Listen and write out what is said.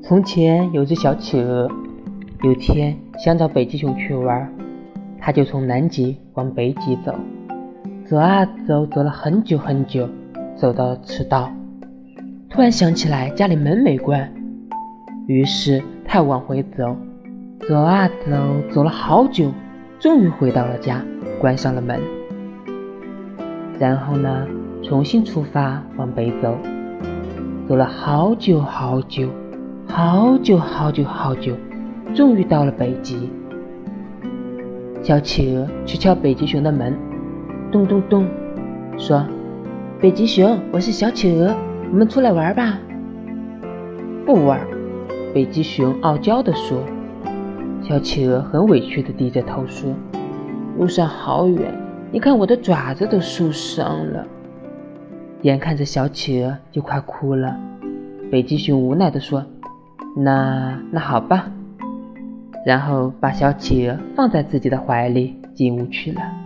从前有只小企鹅，有天想找北极熊去玩，它就从南极往北极走，走啊走，走了很久很久，走到了赤道。突然想起来家里门没关，于是它往回走，走啊走，走了好久，终于回到了家，关上了门。然后呢，重新出发往北走，走了好久好久，好久好久好久，终于到了北极。小企鹅去敲北极熊的门，咚咚咚，说：北极熊，我是小企鹅，我们出来玩吧。不玩，北极熊傲娇地说。小企鹅很委屈地低着头说：路上好远，你看我的爪子都受伤了。眼看着小企鹅就快哭了，北极熊无奈地说：那好吧。然后把小企鹅放在自己的怀里，进屋去了。